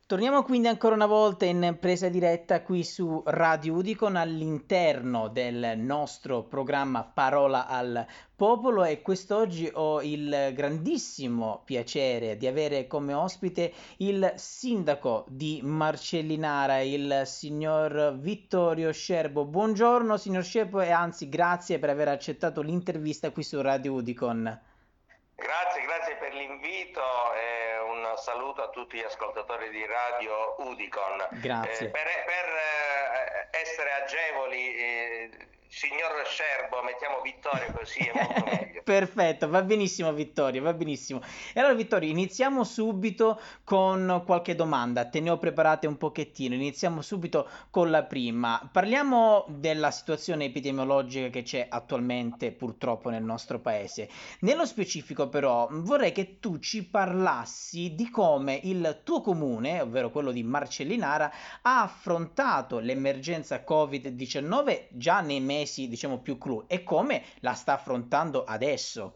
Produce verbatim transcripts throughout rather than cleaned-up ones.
Torniamo quindi ancora una volta in presa diretta qui su Radio Udicon all'interno del nostro programma Parola al Popolo e quest'oggi ho il grandissimo piacere di avere come ospite il sindaco di Marcellinara, il signor Vittorio Scerbo. Buongiorno signor Scerbo e anzi grazie per aver accettato l'intervista qui su Radio Udicon. Grazie, grazie per l'invito e un saluto a tutti gli ascoltatori di Radio Udicon. Grazie. Eh, per per eh, essere agevoli, eh, signor Scerbo, mettiamo Vittorio così è molto meglio. Perfetto, va benissimo Vittorio, va benissimo. E allora Vittorio, iniziamo subito con qualche domanda, te ne ho preparate un pochettino, iniziamo subito con la prima. Parliamo della situazione epidemiologica che c'è attualmente purtroppo nel nostro paese. Nello specifico però vorrei che tu ci parlassi di come il tuo comune, ovvero quello di Marcellinara, ha affrontato l'emergenza covid diciannove già nei mesi diciamo più clou e come la sta affrontando adesso.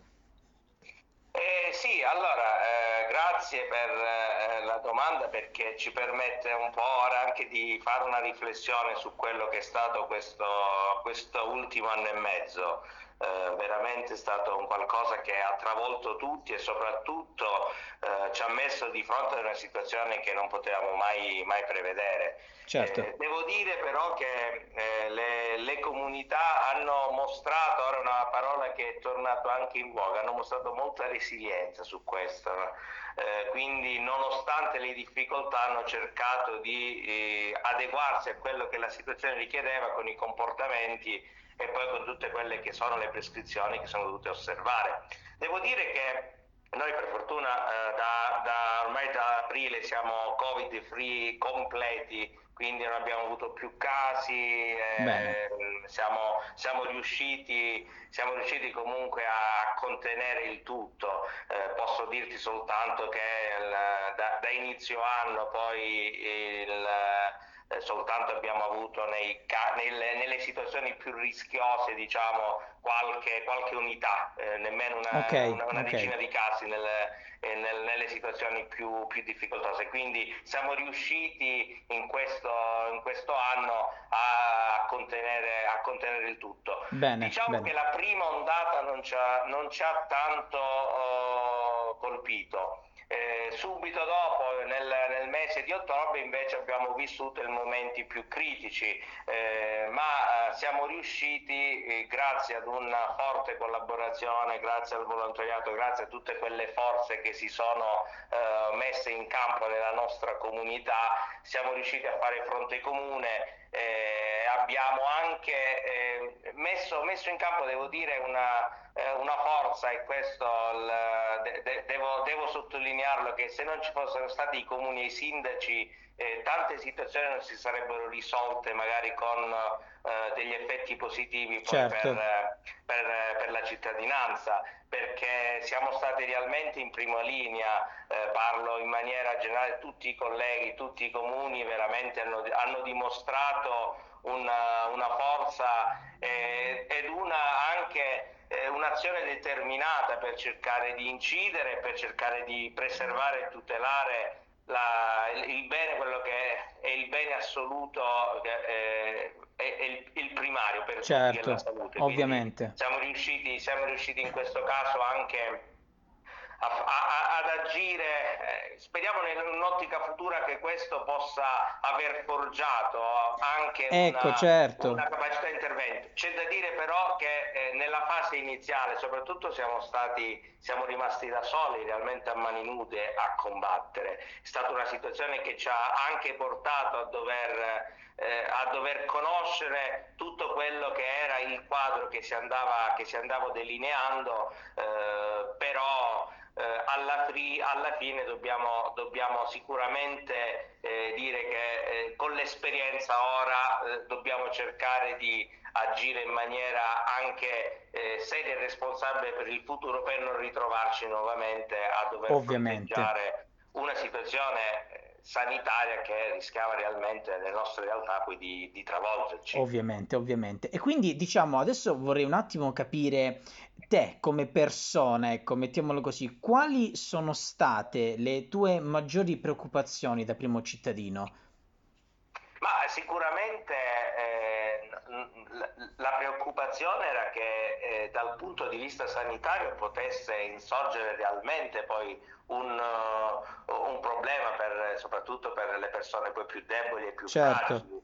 Eh, sì, allora, eh, grazie per eh, la domanda perché ci permette un po' ora anche di fare una riflessione su quello che è stato questo, questo ultimo anno e mezzo. Eh, veramente è stato un qualcosa che ha travolto tutti e soprattutto eh, ci ha messo di fronte a una situazione che non potevamo mai, mai prevedere. Certo. Eh, devo dire però che eh, le, le comunità hanno mostrato, ora una parola che è tornata anche in voga, hanno mostrato molta resilienza su questo, no? Eh, quindi nonostante le difficoltà hanno cercato di eh, adeguarsi a quello che la situazione richiedeva con i comportamenti e poi con tutte quelle che sono le prescrizioni che sono dovute osservare. Devo dire che noi per fortuna eh, da, da, ormai da aprile siamo covid free completi, quindi non abbiamo avuto più casi, eh, siamo, siamo, riusciti, siamo riusciti comunque a contenere il tutto. Eh, posso dirti soltanto che il, da, da inizio anno poi il Eh, soltanto abbiamo avuto nei, nelle, nelle situazioni più rischiose, diciamo, qualche, qualche unità, eh, nemmeno una, Okay, una, una okay. decina di casi nelle, eh, nel, nelle situazioni più, più difficoltose. Quindi siamo riusciti in questo, in questo anno a contenere, a contenere il tutto. Bene, Diciamo bene. che la prima ondata non ci ha, non ci ha tanto oh, colpito. Eh, subito dopo, nel, nel mese di ottobre, invece abbiamo vissuto i momenti più critici, eh, ma eh, siamo riusciti, eh, grazie ad una forte collaborazione, grazie al volontariato, grazie a tutte quelle forze che si sono eh, messe in campo nella nostra comunità, siamo riusciti a fare fronte comune. Eh, abbiamo anche eh, messo, messo in campo, devo dire, una, eh, una forza e questo il, de, de, devo, devo sottolinearlo, che se non ci fossero stati i comuni e i sindaci eh, tante situazioni non si sarebbero risolte magari con eh, degli effetti positivi poi Certo. per, per, per la cittadinanza, perché siamo stati realmente in prima linea, eh, parlo in maniera generale, tutti i colleghi, tutti i comuni veramente hanno, hanno dimostrato una, una forza eh, ed una anche eh, un'azione determinata per cercare di incidere, per cercare di preservare e tutelare la, il bene, quello che è il bene assoluto, eh, è, è il, il primario per tutti, che è la Certo, salute. ovviamente. Quindi siamo riusciti, siamo riusciti in questo caso anche a, a, ad agire, eh, speriamo in un'ottica futura che questo possa aver forgiato anche Ecco, una, certo. una capacità di intervento. C'è da dire però che eh, nella fase iniziale soprattutto siamo stati, siamo rimasti da soli, realmente a mani nude a combattere. È stata una situazione che ci ha anche portato a dover Eh, a dover conoscere tutto quello che era il quadro che si andava, che si andava delineando, eh, però eh, alla, fri, alla fine dobbiamo, dobbiamo sicuramente eh, dire che eh, con l'esperienza ora eh, dobbiamo cercare di agire in maniera anche eh, seria e responsabile per il futuro, per non ritrovarci nuovamente a dover Ovviamente. fronteggiare una situazione sanitaria che rischiava realmente nelle nostre realtà poi di, di travolgerci. Ovviamente, ovviamente. E quindi diciamo, adesso vorrei un attimo capire te come persona, ecco, mettiamolo così, quali sono state le tue maggiori preoccupazioni da primo cittadino? Ma sicuramente eh, n- la preoccupazione era che eh, dal punto di vista sanitario potesse insorgere realmente poi un, uh, un problema per, soprattutto per le persone poi più deboli e più Certo, fragili.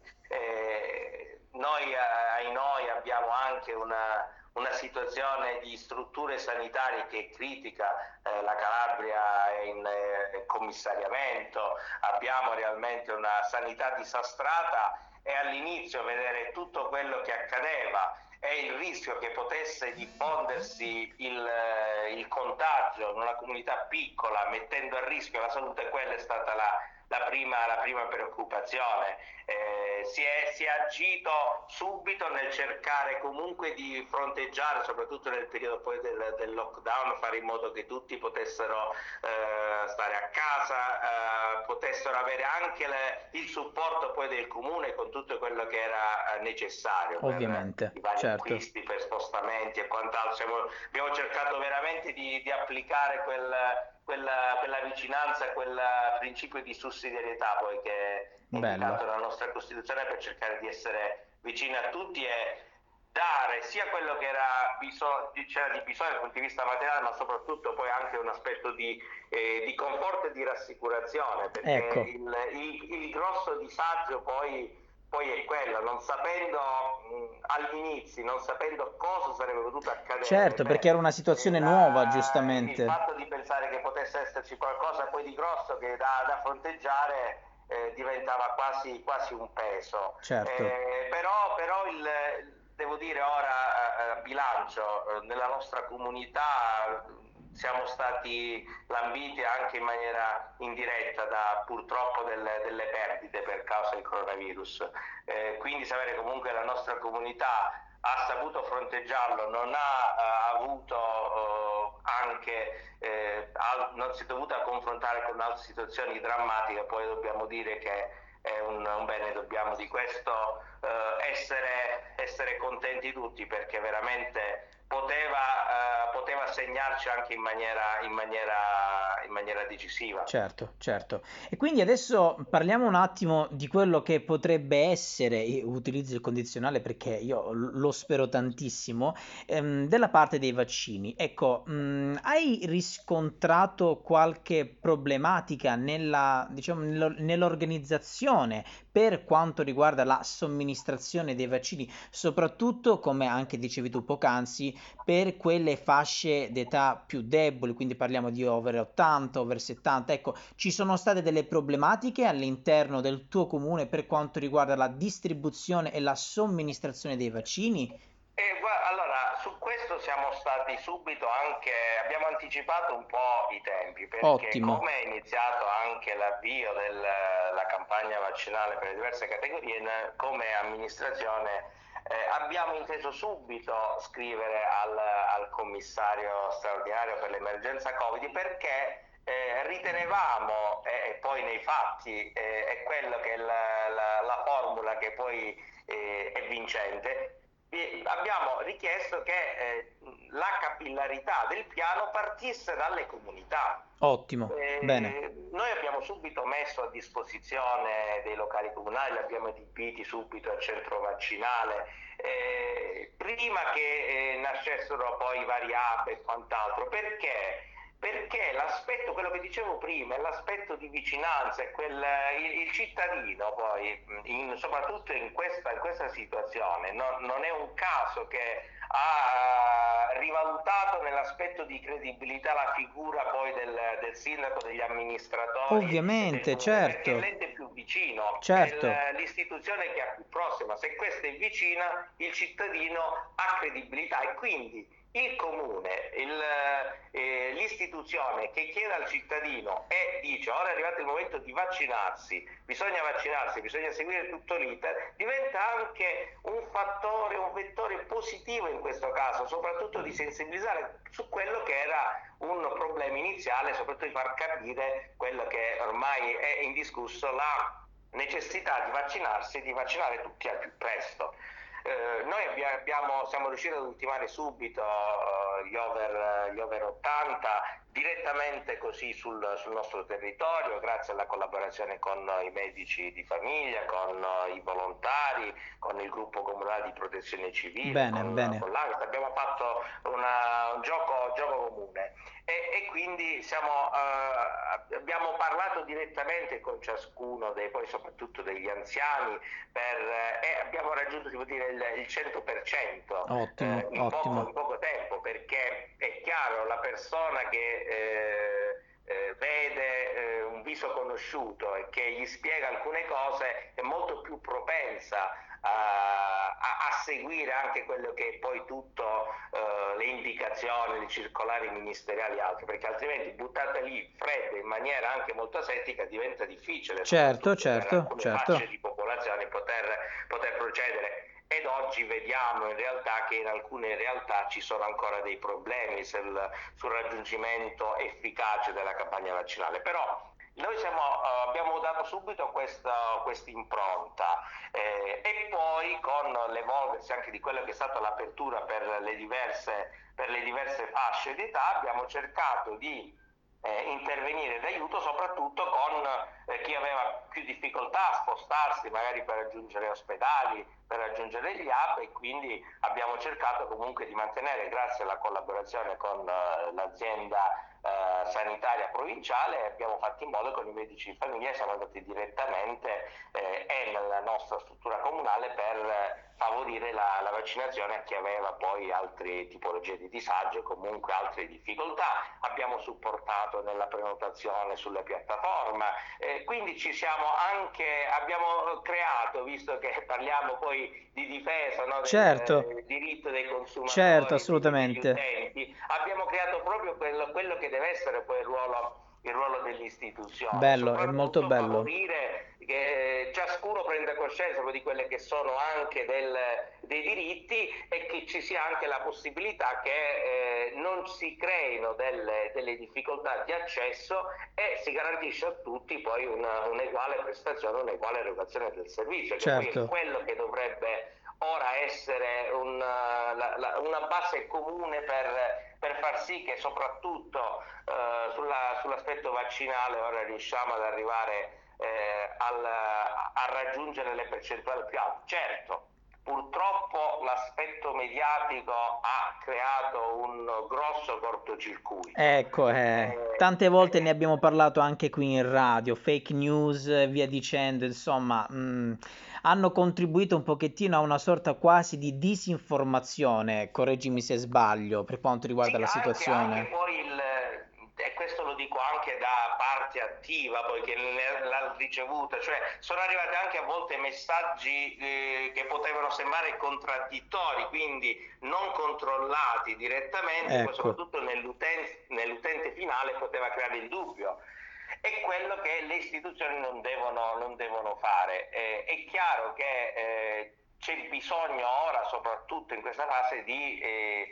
Eh, noi, eh, ai noi abbiamo anche una, una situazione di strutture sanitarie che è critica, eh, la Calabria è in eh, commissariamento, abbiamo realmente una sanità disastrata e all'inizio vedere tutto quello che accadeva e il rischio che potesse diffondersi il, eh, il contagio in una comunità piccola mettendo a rischio la salute, quella è stata la, la, prima, la prima preoccupazione. Eh, si, è, si è agito subito nel cercare comunque di fronteggiare, soprattutto nel periodo poi del, del lockdown, fare in modo che tutti potessero eh, stare a casa, eh, potessero avere anche le, il supporto poi del comune con tutto quello che era eh, necessario per ovviamente, i vari certo, acquisti, per spostamenti e quant'altro. Siamo, abbiamo cercato veramente di, di applicare quel, quella, quella vicinanza, quel principio di sussidiarietà poi che è indicato bello. nella nostra Costituzione, per cercare di essere vicini a tutti e dare sia quello che era bisog- c'era di bisogno dal punto di vista materiale, ma soprattutto poi anche un aspetto di, eh, di conforto e di rassicurazione, perché Ecco. il, il, il grosso disagio poi, poi è quello, non sapendo mh, all'inizio, non sapendo cosa sarebbe potuto accadere, Certo, perché era una beh, eh, situazione nuova, la- il giustamente. fatto di pensare che potesse esserci qualcosa poi di grosso che da, da fronteggiare eh, diventava quasi, quasi un peso. Certo, Eh, però però il, devo dire ora, a bilancio, eh, nella nostra comunità siamo stati lambiti anche in maniera indiretta da purtroppo delle, delle perdite per causa del coronavirus. Eh, quindi sapere comunque la nostra comunità ha saputo fronteggiarlo, non ha eh, avuto eh, anche, eh, al- non si è dovuta confrontare con altre situazioni drammatiche, poi dobbiamo dire che è un, un bene, dobbiamo di questo eh, essere, essere contenti tutti, perché veramente poteva, eh, poteva segnarci anche in maniera, in maniera, in maniera decisiva. certo, certo. E quindi adesso parliamo un attimo di quello che potrebbe essere, io utilizzo il condizionale perché io l- lo spero tantissimo, ehm, della parte dei vaccini. Ecco, mh, hai riscontrato qualche problematica nella, diciamo, nello- nell'organizzazione per quanto riguarda la somministrazione dei vaccini, soprattutto, come anche dicevi tu poc'anzi, per quelle fasce d'età più deboli, quindi parliamo di over ottanta, over settanta. Ecco, ci sono state delle problematiche all'interno del tuo comune per quanto riguarda la distribuzione e la somministrazione dei vaccini? E, gua- allora, su questo siamo stati subito anche, abbiamo anticipato un po' i tempi, perché Ottimo, come è iniziato anche l'avvio della campagna vaccinale per le diverse categorie, n- come amministrazione eh, abbiamo inteso subito scrivere al, al commissario straordinario per l'emergenza Covid, perché eh, ritenevamo, e e poi nei fatti eh, è quello che è la, la- la formula che poi eh, è vincente, e abbiamo richiesto che eh, la capillarità del piano partisse dalle comunità. ottimo, bene, Eh, noi abbiamo subito messo a disposizione dei locali comunali, li abbiamo adibiti subito al centro vaccinale, eh, prima che eh, nascessero poi i vari hub e quant'altro. Perché? Perché l'aspetto, quello che dicevo prima, è l'aspetto di vicinanza, è quel, il, il cittadino poi, in, soprattutto in questa, in questa situazione, no, non è un caso che ha rivalutato nell'aspetto di credibilità la figura poi del, del sindaco, degli amministratori e del ovviamente, comune, perché è certo, l'ente più vicino, certo, è l'istituzione che è più prossima. Se questa è vicina, il cittadino ha credibilità e quindi il comune, il, eh, l'istituzione che chiede al cittadino e dice ora è arrivato il momento di vaccinarsi, bisogna vaccinarsi, bisogna seguire tutto l'iter, diventa anche un fattore, un vettore positivo in questo caso, soprattutto di sensibilizzare su quello che era un problema iniziale, soprattutto di far capire quello che ormai è indiscusso, la necessità di vaccinarsi e di vaccinare tutti al più presto. Eh, noi abbiamo, siamo riusciti ad ultimare subito uh, gli, over, gli over ottanta direttamente così sul, sul nostro territorio, grazie alla collaborazione con i medici di famiglia, con uh, i volontari, con il gruppo comunale di protezione civile, Bene, con, bene. con l'A N S. Abbiamo fatto una, un gioco, gioco comune e, e quindi siamo, uh, abbiamo parlato direttamente con ciascuno dei, poi soprattutto degli anziani per, eh, e abbiamo raggiunto, si può dire, il, il cento per cento Ottimo, eh, in, ottimo. poco, in poco tempo, perché è chiaro, la persona che eh, eh, vede eh, un viso conosciuto e che gli spiega alcune cose è molto più propensa a, a, a seguire anche quello che è poi tutto eh, le indicazioni, le circolari ministeriali e altro, perché altrimenti buttata lì fredda in maniera anche molto asettica diventa difficile, Certo, per certo, alcune certo. fasce di popolazione poter, poter procedere. Ed oggi vediamo in realtà che in alcune realtà ci sono ancora dei problemi sul, sul raggiungimento efficace della campagna vaccinale, però noi siamo, uh, abbiamo dato subito questa impronta eh, e poi con l'evolversi anche di quello che è stata l'apertura per le diverse, per le diverse fasce d'età abbiamo cercato di Eh, intervenire d'aiuto soprattutto con eh, chi aveva più difficoltà a spostarsi magari per raggiungere ospedali, per raggiungere gli hub, e quindi abbiamo cercato comunque di mantenere, grazie alla collaborazione con eh, l'azienda eh, sanitaria provinciale, abbiamo fatto in modo con i medici di famiglia siamo andati direttamente eh, e nella nostra struttura comunale per favorire la, la vaccinazione a chi aveva poi altre tipologie di disagio e comunque altre difficoltà. Abbiamo supportato nella prenotazione sulla piattaforma, eh, quindi ci siamo anche, abbiamo creato, visto che parliamo poi di difesa, no, del Certo. eh, diritto dei consumatori, Certo, degli assolutamente. utenti, abbiamo creato proprio quello, quello che deve essere poi il ruolo il ruolo dell'istituzione, Bello, è molto soprattutto bello. favorire che ciascuno prenda coscienza di quelle che sono anche del, dei diritti e che ci sia anche la possibilità che eh, non si creino delle, delle difficoltà di accesso e si garantisce a tutti poi una, un'eguale prestazione, un'eguale erogazione del servizio, che Certo. poi è quello che dovrebbe ora essere una, la, la, una base comune per, per far sì che soprattutto eh, sulla, sull'aspetto vaccinale ora riusciamo ad arrivare eh, al, a raggiungere le percentuali più alte. Certo, purtroppo l'aspetto mediatico ha creato un grosso cortocircuito. Ecco, eh, Eh, tante volte ne eh, abbiamo parlato anche qui in radio, fake news e via dicendo, insomma, mh, hanno contribuito un pochettino a una sorta quasi di disinformazione, correggimi se sbaglio, per quanto riguarda Sì, la anche, anche situazione. poi il, e questo lo dico anche da parte attiva, poiché l'ha ricevuta, cioè sono arrivati anche a volte messaggi eh, che potevano sembrare contraddittori, quindi non controllati direttamente, poi Ecco, soprattutto nell'utente, nell'utente finale poteva creare il dubbio. È quello che le istituzioni non devono, non devono fare. Eh, è chiaro che eh, c'è bisogno ora, soprattutto in questa fase, di eh,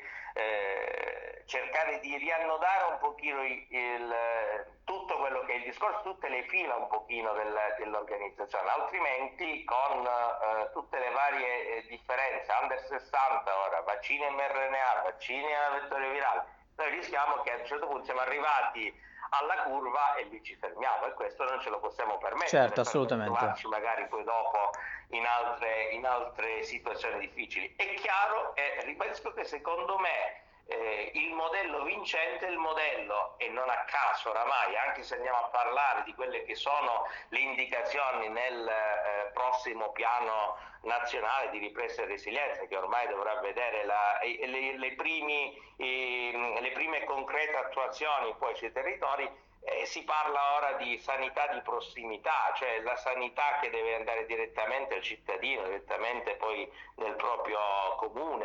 eh, cercare di riannodare un pochino il, il, tutto quello che è il discorso, tutte le fila un pochino del, dell'organizzazione, altrimenti con eh, tutte le varie eh, differenze, under sessanta ora, vaccini mRNA, vaccini a vettore virale, noi rischiamo che a un certo punto siamo arrivati alla curva e lì ci fermiamo, e questo non ce lo possiamo permettere certo, per non assolutamente. trovarci magari poi dopo in altre, in altre situazioni difficili. È chiaro, e ribadisco che secondo me eh, il modello vincente è il modello, e non a caso oramai, anche se andiamo a parlare di quelle che sono le indicazioni nel eh, prossimo piano nazionale di ripresa e resilienza, che ormai dovrà vedere la, le, le, primi, eh, le prime concrete attuazioni poi sui territori. Eh, si parla ora di sanità di prossimità, cioè la sanità che deve andare direttamente al cittadino, direttamente poi nel proprio comune,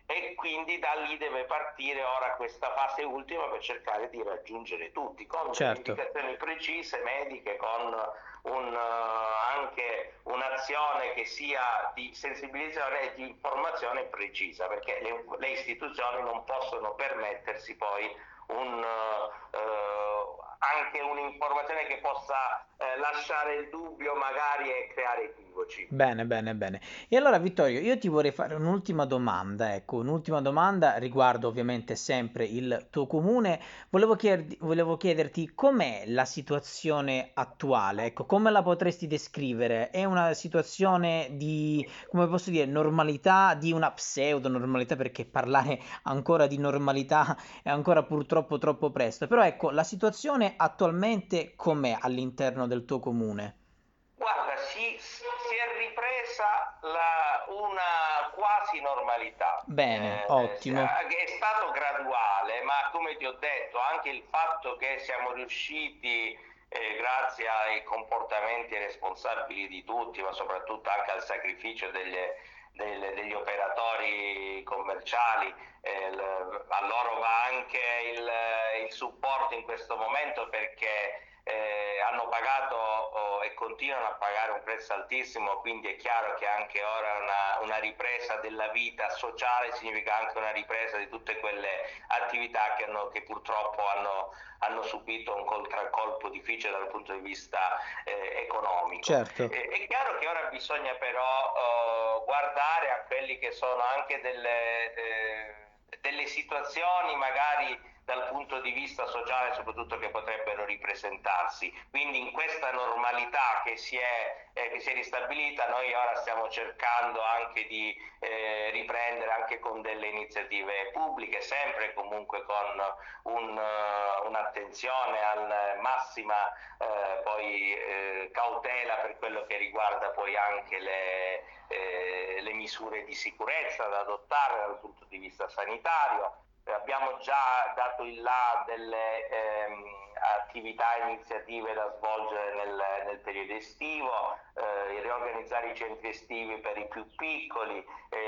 e quindi da lì deve partire ora questa fase ultima per cercare di raggiungere tutti con delle Certo. indicazioni precise mediche, con un, uh, anche un'azione che sia di sensibilizzazione e di informazione precisa, perché le, le istituzioni non possono permettersi poi un, uh, uh, anche un'informazione che possa eh, lasciare il dubbio magari e creare equivoci. Bene, bene, bene. E allora Vittorio, io ti vorrei fare un'ultima domanda, ecco, un'ultima domanda riguardo ovviamente sempre il tuo comune. Volevo chiederti, volevo chiederti com'è la situazione attuale, ecco, come la potresti descrivere? È una situazione di, come posso dire, normalità, di una pseudo normalità, perché parlare ancora di normalità è ancora purtroppo troppo presto. Però ecco, la situazione attualmente com'è all'interno del tuo comune? Guarda, si, si è ripresa la, una quasi normalità, Bene, eh, si- ottimo. è stato graduale, ma come ti ho detto, anche il fatto che siamo riusciti, eh, grazie ai comportamenti responsabili di tutti, ma soprattutto anche al sacrificio delle- delle- degli operatori commerciali, eh, l- a loro va anche il, il supporto in questo momento perché eh, hanno pagato oh, e continuano a pagare un prezzo altissimo, quindi è chiaro che anche ora una, una ripresa della vita sociale significa anche una ripresa di tutte quelle attività che, hanno, che purtroppo hanno, hanno subito un contraccolpo difficile dal punto di vista eh, economico. Certo. Eh, è chiaro che ora bisogna però oh, guardare a quelli che sono anche delle, eh, delle situazioni magari dal punto di vista sociale soprattutto che potrebbero ripresentarsi. Quindi in questa normalità che si è, eh, che si è ristabilita noi ora stiamo cercando anche di eh, riprendere anche con delle iniziative pubbliche, sempre comunque con un, uh, un'attenzione al massima eh, poi eh, cautela per quello che riguarda poi anche le, eh, le misure di sicurezza da adottare dal punto di vista sanitario. Abbiamo già dato il là delle ehm, attività e iniziative da svolgere nel, nel periodo estivo, eh, riorganizzare i centri estivi per i più piccoli,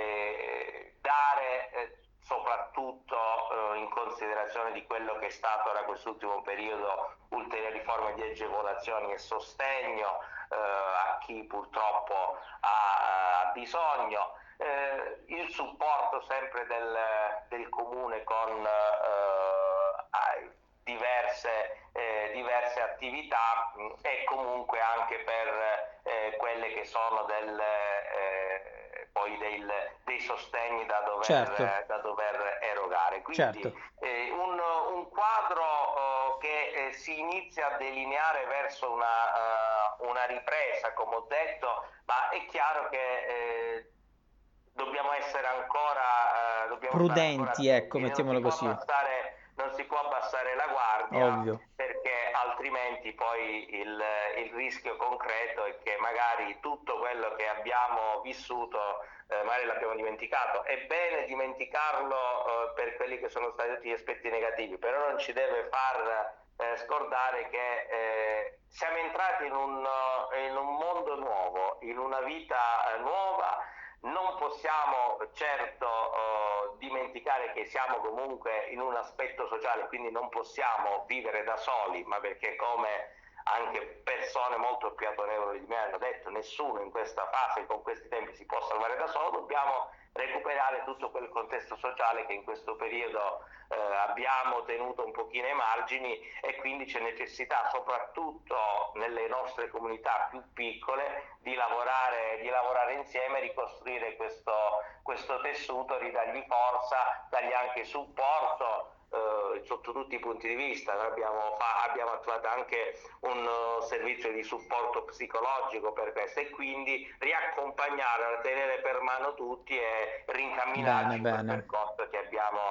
eh, dare eh, soprattutto eh, in considerazione di quello che è stato ora quest'ultimo periodo ulteriori forme di agevolazioni e sostegno eh, a chi purtroppo ha, ha bisogno. Eh, il supporto sempre del, del comune con eh, diverse, eh, diverse attività mh, e comunque anche per eh, quelle che sono del, eh, poi del, dei sostegni da dover, Certo, da dover erogare. Quindi certo. eh, un, un quadro eh, che eh, si inizia a delineare verso una, uh, una ripresa, come ho detto, ma è chiaro che eh, dobbiamo essere ancora, eh, dobbiamo stare ancora Prudenti, ecco, attenti, non si mettiamolo può così. abbassare, non si può abbassare la guardia Ovvio. perché altrimenti poi il, il rischio concreto è che magari tutto quello che abbiamo vissuto eh, magari l'abbiamo dimenticato. È bene dimenticarlo eh, per quelli che sono stati tutti gli aspetti negativi, però non ci deve far eh, scordare che eh, siamo entrati in un, in un mondo nuovo, in una vita eh, nuova. Non possiamo certo uh, dimenticare che siamo comunque in un aspetto sociale, quindi non possiamo vivere da soli, ma perché come anche persone molto più autorevoli di me hanno detto, nessuno in questa fase, con questi tempi si può salvare da solo, dobbiamo recuperare tutto quel contesto sociale che in questo periodo eh, abbiamo tenuto un pochino ai margini e quindi c'è necessità soprattutto nelle nostre comunità più piccole di lavorare, di lavorare insieme, ricostruire questo, questo tessuto, ridargli forza, dargli anche supporto eh, sotto tutti i punti di vista. Noi abbiamo, fa, abbiamo attuato anche un uh, servizio di supporto psicologico per questo e quindi riaccompagnare, tenere per mano tutti e Bene, rincamminarci in quel bene. percorso che abbiamo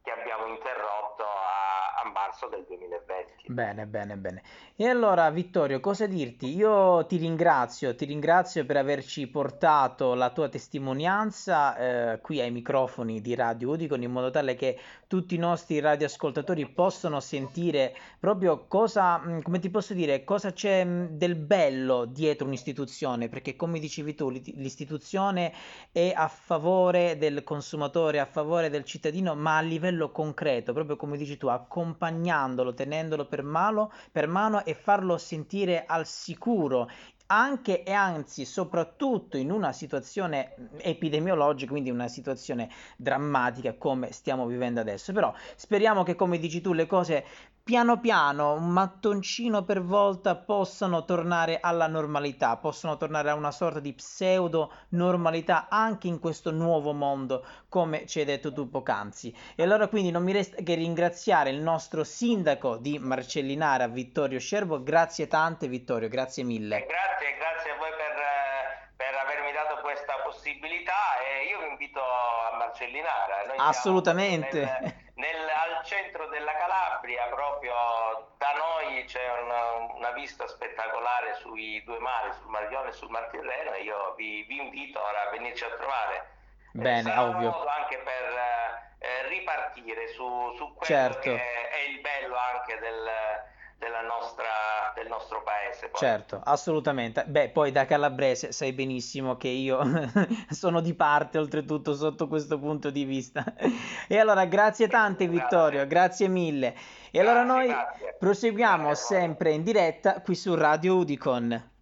che abbiamo interrotto a, a marzo del duemilaventi. Bene, bene, bene. E allora, Vittorio, cosa dirti? Io ti ringrazio, ti ringrazio per averci portato la tua testimonianza eh, qui ai microfoni di Radio Udicon, in modo tale che tutti i nostri radioascoltatori possano sentire proprio cosa, mh, come ti posso dire, cosa c'è mh, del bello dietro un'istituzione, perché come dicevi tu, l'it- l'istituzione è a favore del consumatore, a favore del cittadino, ma a livello concreto, proprio come dici tu, accompagnandolo, tenendolo per mano, per mano e farlo sentire al sicuro. Anche e anzi, soprattutto in una situazione epidemiologica, quindi una situazione drammatica come stiamo vivendo adesso. Però speriamo che, come dici tu, le cose piano piano, un mattoncino per volta, possano tornare alla normalità, possono tornare a una sorta di pseudo normalità anche in questo nuovo mondo, come ci hai detto tu poc'anzi. E allora quindi non mi resta che ringraziare il nostro sindaco di Marcellinara, Vittorio Scerbo. Grazie tante, Vittorio, grazie E mille. grazie, grazie a voi per, eh, per avermi dato questa possibilità e io vi invito a Marcellinara. Noi siamo proprio Assolutamente. nel, nel- al centro della Calabria, proprio da noi c'è una, una vista spettacolare sui due mari, sul Mar Ionio e sul Mar Tirreno e io vi, vi invito ora a venirci a trovare. Eh, Bene, sarà un ovvio. modo anche per eh, eh, ripartire su, su quello Certo. che è il bello anche del, della nostra, del nostro paese poi. Certo, assolutamente. Beh, poi da calabrese sai benissimo che io sono di parte, oltretutto, sotto questo punto di vista. E allora, grazie E ti tante, ringrazio. Vittorio, grazie mille. E allora Grazie, noi grazie. proseguiamo Grazie a voi. sempre in diretta qui su Radio Udicon.